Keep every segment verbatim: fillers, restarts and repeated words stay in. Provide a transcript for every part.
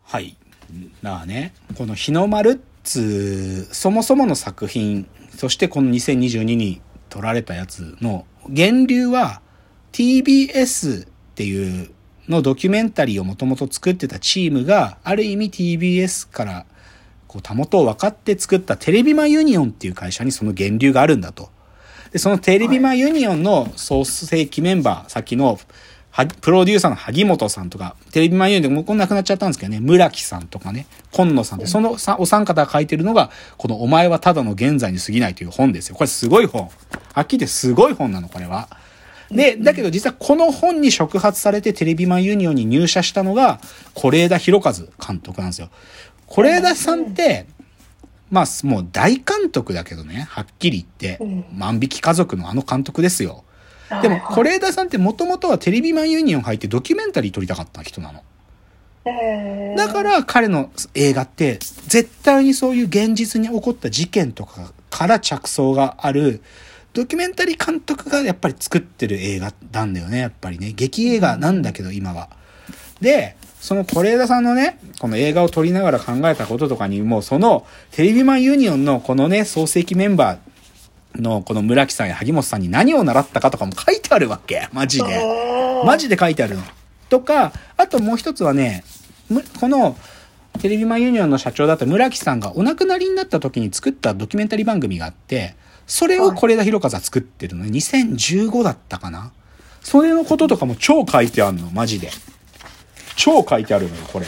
はい。だからね、この日の丸っつそもそもの作品、そしてこのにせんにじゅうにに撮られたやつの源流は ティービーエス っていうのドキュメンタリーをもともと作ってたチームがある意味 ティービーエス からこうたもとを分かって作ったテレビマンユニオンっていう会社にその源流があるんだと。で、そのテレビマンユニオンの創世記メンバー、さっきのプロデューサーの萩本さんとか、テレビマンユニオンでもうこんな亡くなっちゃったんですけどね、村木さんとかね、今野さんって、そのお三方が書いてるのが、このお前はただの現在に過ぎないという本ですよ。これすごい本。はっきり言ってすごい本なの、これは。で、だけど実はこの本に触発されてテレビマンユニオンに入社したのが、是枝裕和監督なんですよ。是枝さんって、まあもう大監督だけどね、はっきり言って、万引き家族のあの監督ですよ。でも、是枝さんってもともとはテレビマンユニオン入ってドキュメンタリー撮りたかった人なの。だから彼の映画って絶対にそういう現実に起こった事件とかから着想があるドキュメンタリー監督がやっぱり作ってる映画なんだよね、やっぱりね。劇映画なんだけど今は。で、その是枝さんのね、この映画を撮りながら考えたこととかにも、そのテレビマンユニオンのこのね、創世記メンバー、のこの村木さんや萩本さんに何を習ったかとかも書いてあるわけ。マジで。マジで書いてあるの。とか、あともう一つはね、このテレビマンユニオンの社長だった村木さんがお亡くなりになった時に作ったドキュメンタリー番組があって、それを是枝裕和は作ってるのね。にせんじゅうごだったかな。それのこととかも超書いてあるの。マジで。超書いてあるのよ、これ。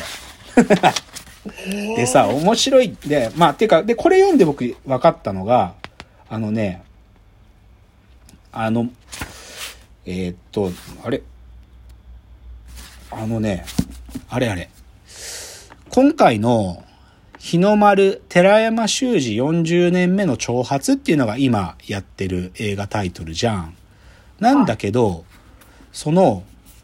でさ、面白い。で、まあ、てか、で、これ読んで僕分かったのが、あのね、あの、えー、っと、あれ、あのね、あれあれ、今回の日の丸寺山修司よんじゅうねんめの挑発っていうのが今やってる映画タイトルじゃん。なんだけど、その、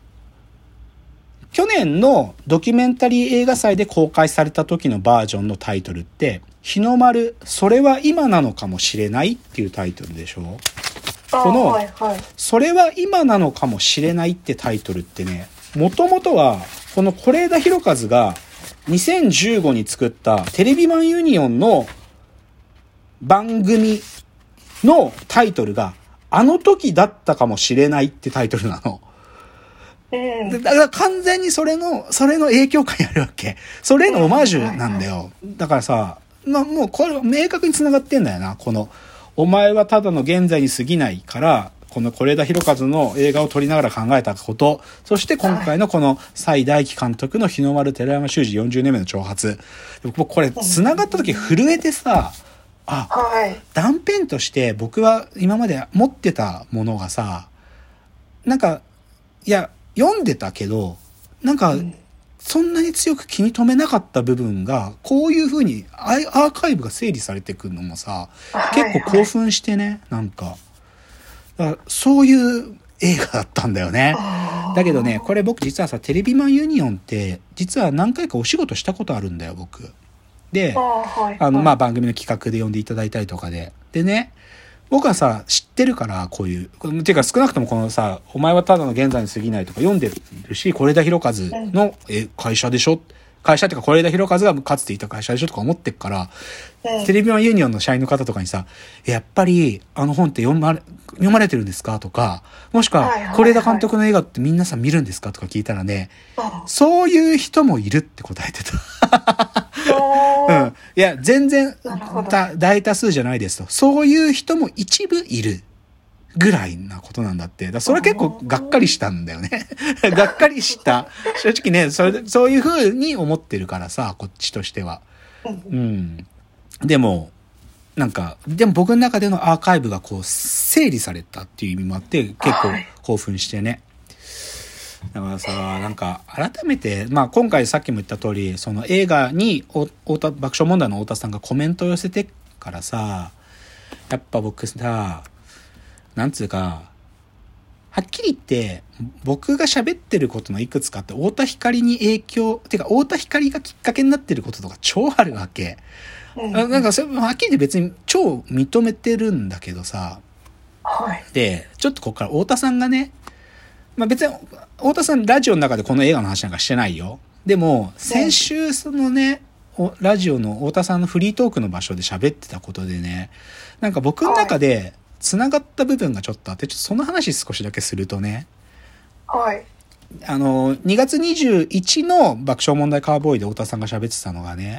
去年のドキュメンタリー映画祭で公開された時のバージョンのタイトルって、日の丸、それは今なのかもしれないっていうタイトルでしょ。この、はいはい、それは今なのかもしれないってタイトルってね、もともとは、この是枝裕和がにせんじゅうごに作ったテレビマンユニオンの番組のタイトルが、あの時だったかもしれないってタイトルなの。だから完全にそれの、それの影響下にあるわけ。それのオマージュなんだよ。だからさ、まあ、もうこれは明確に繋がってんだよな。この、お前はただの現在に過ぎないから、この是枝裕和の映画を撮りながら考えたこと、そして今回のこの蔡大輝監督の日の丸寺山修司よんじゅうねんめの挑発。僕これ繋がった時震えてさ、あ、はい、断片として僕は今まで持ってたものがさ、なんか、いや、読んでたけど、なんか、そんなに強く気に留めなかった部分が、こういう風にアーカイブが整理されてくるのもさ、結構興奮してね、なんか。だからそういう映画だったんだよね。だけどね、これ僕実はさ、テレビマンユニオンって、実は何回かお仕事したことあるんだよ、僕。で、あの、まあ、番組の企画で呼んでいただいたりとかで。でね、僕はさ、知ってるから、こういう、ていうか少なくともこのさ、お前はただの現在に過ぎないとか読んでるし、是枝裕和のえ会社でしょ、会社っていうか是枝裕和がかつていた会社でしょとか思ってっから、テレビマンユニオンの社員の方とかにさ、やっぱりあの本って読まれ、読まれてるんですかとか、もしくは是枝監督の映画って皆さん見るんですかとか聞いたらね、そういう人もいるって答えてた。うん。いや、全然大多数じゃないですと。そういう人も一部いるぐらいなことなんだって。だからそれは結構がっかりしたんだよね。がっかりした。正直ね、それ、そういう風に思ってるからさ、こっちとしては。うん。でも、なんか、でも僕の中でのアーカイブがこう整理されたっていう意味もあって、結構興奮してね。だからさ、なんか改めて、まあ今回さっきも言った通り、その映画に太田爆笑問題の太田さんがコメントを寄せてからさ、やっぱ僕さ、なんつうか、はっきり言って僕が喋ってることのいくつかって太田光に影響、てか太田光がきっかけになってることとか超あるわけ。なんかそれはっきり言って別に超認めてるんだけどさ、はい、で、ちょっとここから太田さんがね、まあ別に太田さんラジオの中でこの映画の話なんかしてないよ。 でも、先週そのね、ラジオの太田さんのフリートークの場所で喋ってたことでね、なんか僕の中で繋がった部分がちょっとあって、ちょっとその話少しだけするとね、 はい。 あの、にがつにじゅういちの爆笑問題カーボーイで太田さんが喋ってたのがね、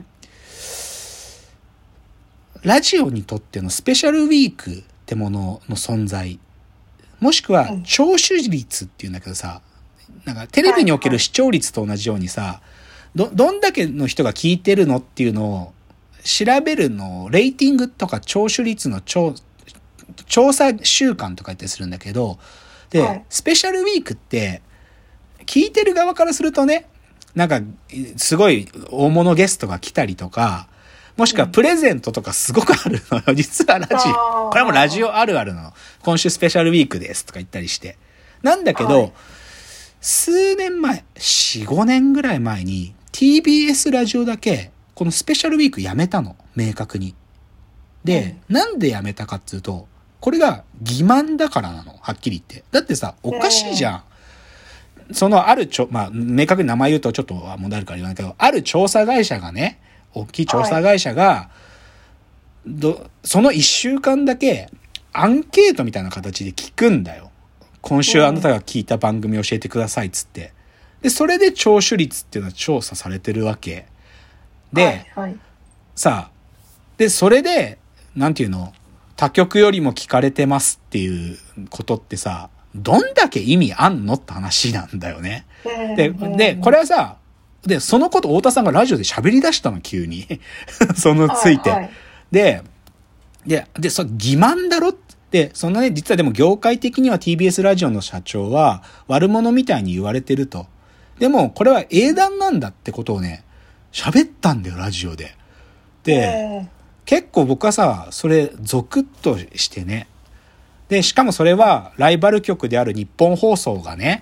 ラジオにとってのスペシャルウィークってものの存在、もしくは聴取率っていうんだけどさ、なんかテレビにおける視聴率と同じようにさ、ど、どんだけの人が聞いてるのっていうのを調べるのを、レーティングとか聴取率の調、調査週間とか言ったりするんだけど、で、はい、スペシャルウィークって、聞いてる側からするとね、なんか、すごい大物ゲストが来たりとか、もしくはプレゼントとかすごくあるのよ。実はラジオ。これはもうラジオあるあるの。今週スペシャルウィークですとか言ったりして。なんだけど、はい、数年前、よん、ごねんぐらい前に ティービーエス ラジオだけ、このスペシャルウィークやめたの。明確に。で、うん、なんでやめたかっていうと、これが欺瞞だからなの。はっきり言って。だってさ、おかしいじゃん。うん、そのあるちょ、まあ、明確に名前言うとちょっと問題あるから言わないけど、ある調査会社がね、大きい調査会社が、はい、どその一週間だけアンケートみたいな形で聞くんだよ。今週あなたが聞いた番組教えてくださいっつって。で、それで聴取率っていうのは調査されてるわけ。で、はいはい、さあ、で、それで、なんていうの、他局よりも聞かれてますっていうことってさ、どんだけ意味あんのって話なんだよね。で、で、これはさ、で、そのこと太田さんがラジオで喋り出したの、急に。そのついて。はいはい、で、で、で、そ、欺瞞だろって、そのね、実はでも業界的には ティービーエス ラジオの社長は悪者みたいに言われてると。でも、これは英断なんだってことをね、喋ったんだよ、ラジオで。で、結構僕はさ、それ、ゾクッとしてね。で、しかもそれは、ライバル局である日本放送がね、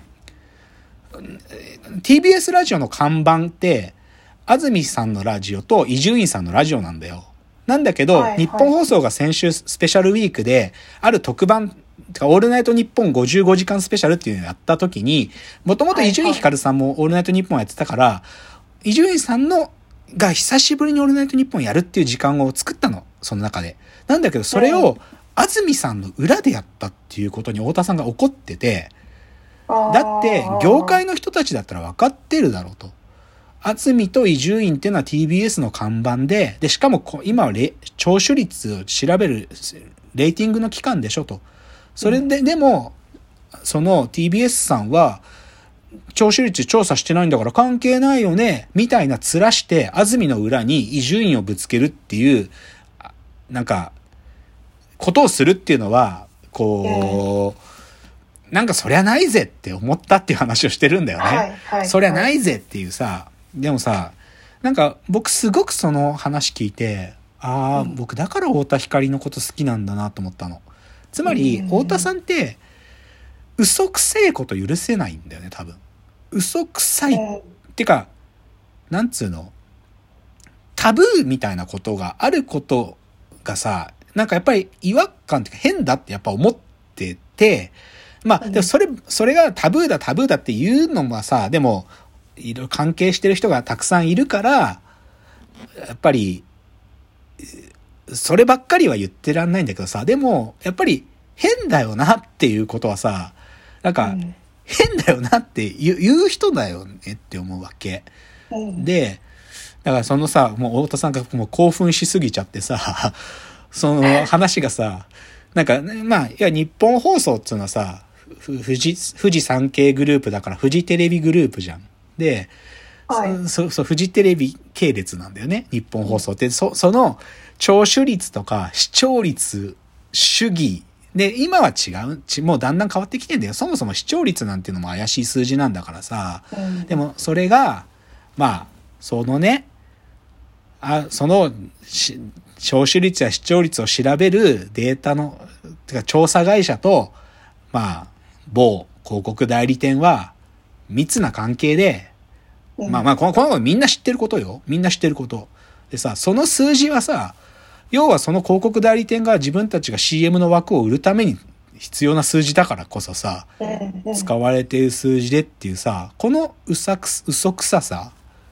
ティービーエス ラジオの看板って、安住さんのラジオと伊集院さんのラジオなんだよ。なんだけど、はいはい、日本放送が先週スペシャルウィークで、ある特番、てかオールナイトニッポンごじゅうごじかんスペシャルっていうのをやった時に、もともと伊集院光さんもオールナイトニッポンやってたから、伊集院さんのが久しぶりにオールナイトニッポンやるっていう時間を作ったの。その中で。なんだけど、それを安住さんの裏でやったっていうことに太田さんが怒ってて、だって、業界の人たちだったら分かってるだろうと。安住と伊集院っていうのは ティービーエス の看板で、で、しかも今は聴取率を調べるレーティングの機関でしょと。それで、でも、その ティービーエス さんは、聴取率調査してないんだから関係ないよね、みたいな面して、安住の裏に伊集院をぶつけるっていう、なんか、ことをするっていうのは、こう、なんかそりゃないぜって思ったっていう話をしてるんだよね。はいはい、そりゃないぜっていうさ、でもさ、なんか僕すごくその話聞いて、ああ、うん、僕だから太田光のこと好きなんだなと思ったの。つまり、太田さんって、嘘くせえこと許せないんだよね、多分。嘘くさい。ってか、なんつうの、タブーみたいなことがあることがさ、なんかやっぱり違和感っていうか変だってやっぱ思ってて、まあ、でもそれ、それがタブーだタブーだっていうのはさ、でも、いろいろ関係してる人がたくさんいるから、やっぱり、そればっかりは言ってらんないんだけどさ、でも、やっぱり変だよなっていうことはさ、なんか、変だよなって言う、言う人だよねって思うわけ。で、だからそのさ、もう太田さんがもう興奮しすぎちゃってさ、その話がさ、なんか、まあ、いや、日本放送っていうのはさ、富士、富士山系グループだから富士テレビグループじゃん。で、はい、そ、そ、富士テレビ系列なんだよね。日本放送って。そ、その、聴取率とか視聴率主義。で、今は違う。もうだんだん変わってきてんだよ。そもそも視聴率なんていうのも怪しい数字なんだからさ。うん、でも、それが、まあ、そのね、あ、その、聴取率や視聴率を調べるデータの、てか調査会社と、まあ、某広告代理店は密な関係で、うん、まあまあこの、このことみんな知ってることよ。みんな知ってること。でさ、その数字はさ、要はその広告代理店が自分たちが シーエム の枠を売るために必要な数字だからこそさ、使われている数字でっていうさ、このうさく、嘘くささ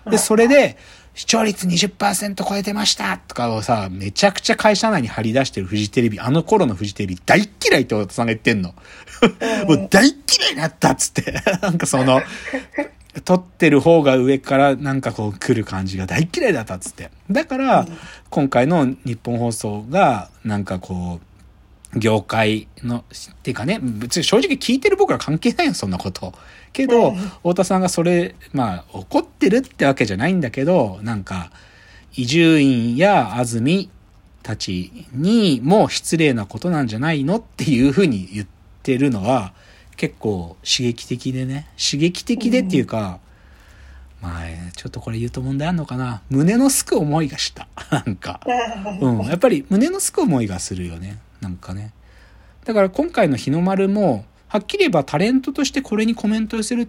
で、それで、視聴率 にじゅっパーセント 超えてましたとかをさ、めちゃくちゃ会社内に張り出してるフジテレビ、あの頃のフジテレビ大嫌いって太田さんが言ってんの。もう大嫌いになったっつって。なんかその、撮ってる方が上からなんかこう来る感じが大嫌いだったっつって。だから、今回の日本放送がなんかこう、業界の、っていうかね、別に正直聞いてる僕ら関係ないよ、そんなこと。けど、太田さんがそれ、まあ、怒ってるってわけじゃないんだけど、なんか、伊集院や安住たちにも失礼なことなんじゃないのっていうふうに言ってるのは、結構刺激的でね、刺激的でっていうか、うん、まあ、ちょっとこれ言うと問題あんのかな。胸のすく思いがした。なんか。うん。やっぱり胸のすく思いがするよね。なんかね。だから今回の日の丸も、はっきり言えばタレントとしてこれにコメント寄せるって、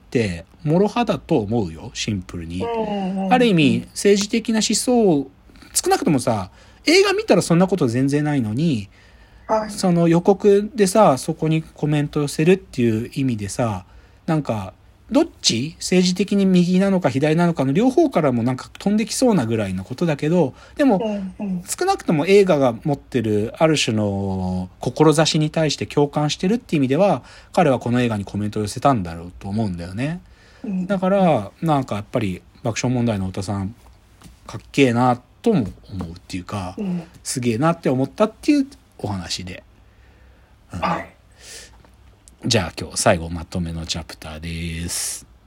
諸刃だと思うよ。シンプルに。ある意味、政治的な思想を、少なくともさ、映画見たらそんなこと全然ないのに、その予告でさ、そこにコメント寄せるっていう意味でさ、なんか、どっち政治的に右なのか左なのかの両方からもなんか飛んできそうなぐらいのことだけど、でも、少なくとも映画が持ってるある種の志に対して共感してるっていう意味では、彼はこの映画にコメントを寄せたんだろうと思うんだよね。だから、なんかやっぱり爆笑問題の太田さん、かっけえなとも思うっていうか、すげえなって思ったっていうお話で。うん、じゃあ今日最後まとめのチャプターです。